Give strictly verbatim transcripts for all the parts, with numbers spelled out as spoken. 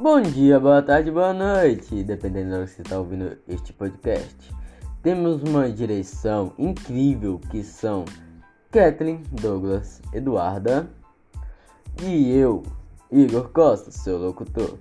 Bom dia, boa tarde, boa noite, dependendo da hora que você está ouvindo este podcast. Temos uma direção incrível que são Kathleen, Douglas, Eduarda e eu, Igor Costa, seu locutor.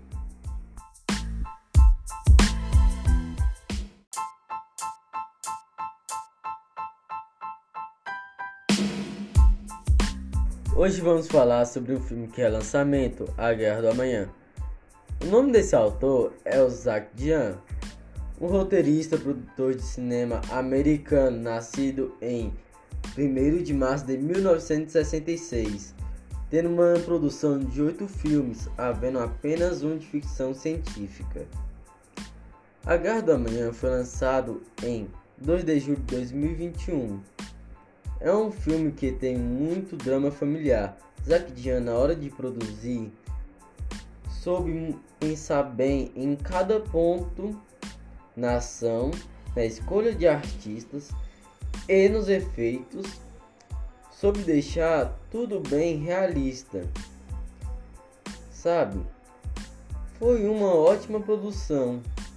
Hoje vamos falar sobre um filme que é lançamento, A Guerra do Amanhã. O nome desse autor é o Zach Dian, um roteirista, produtor de cinema americano, nascido em primeiro de março de mil novecentos e sessenta e seis, tendo uma produção de oito filmes, havendo apenas um de ficção científica. A Guerra do Amanhã foi lançado em dois de julho de dois mil e vinte e um. É um filme que tem muito drama familiar. Zach Dian, na hora de produzir, soube pensar bem em cada ponto na ação, na escolha de artistas e nos efeitos, soube deixar tudo bem realista, sabe? Foi uma ótima produção.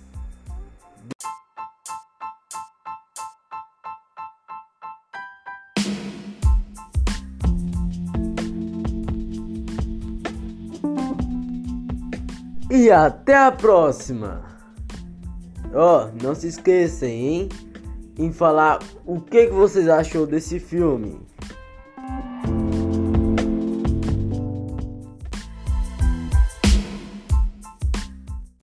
E até a próxima! Ó, oh, não se esqueçam, hein? Em falar o que, que vocês achou desse filme.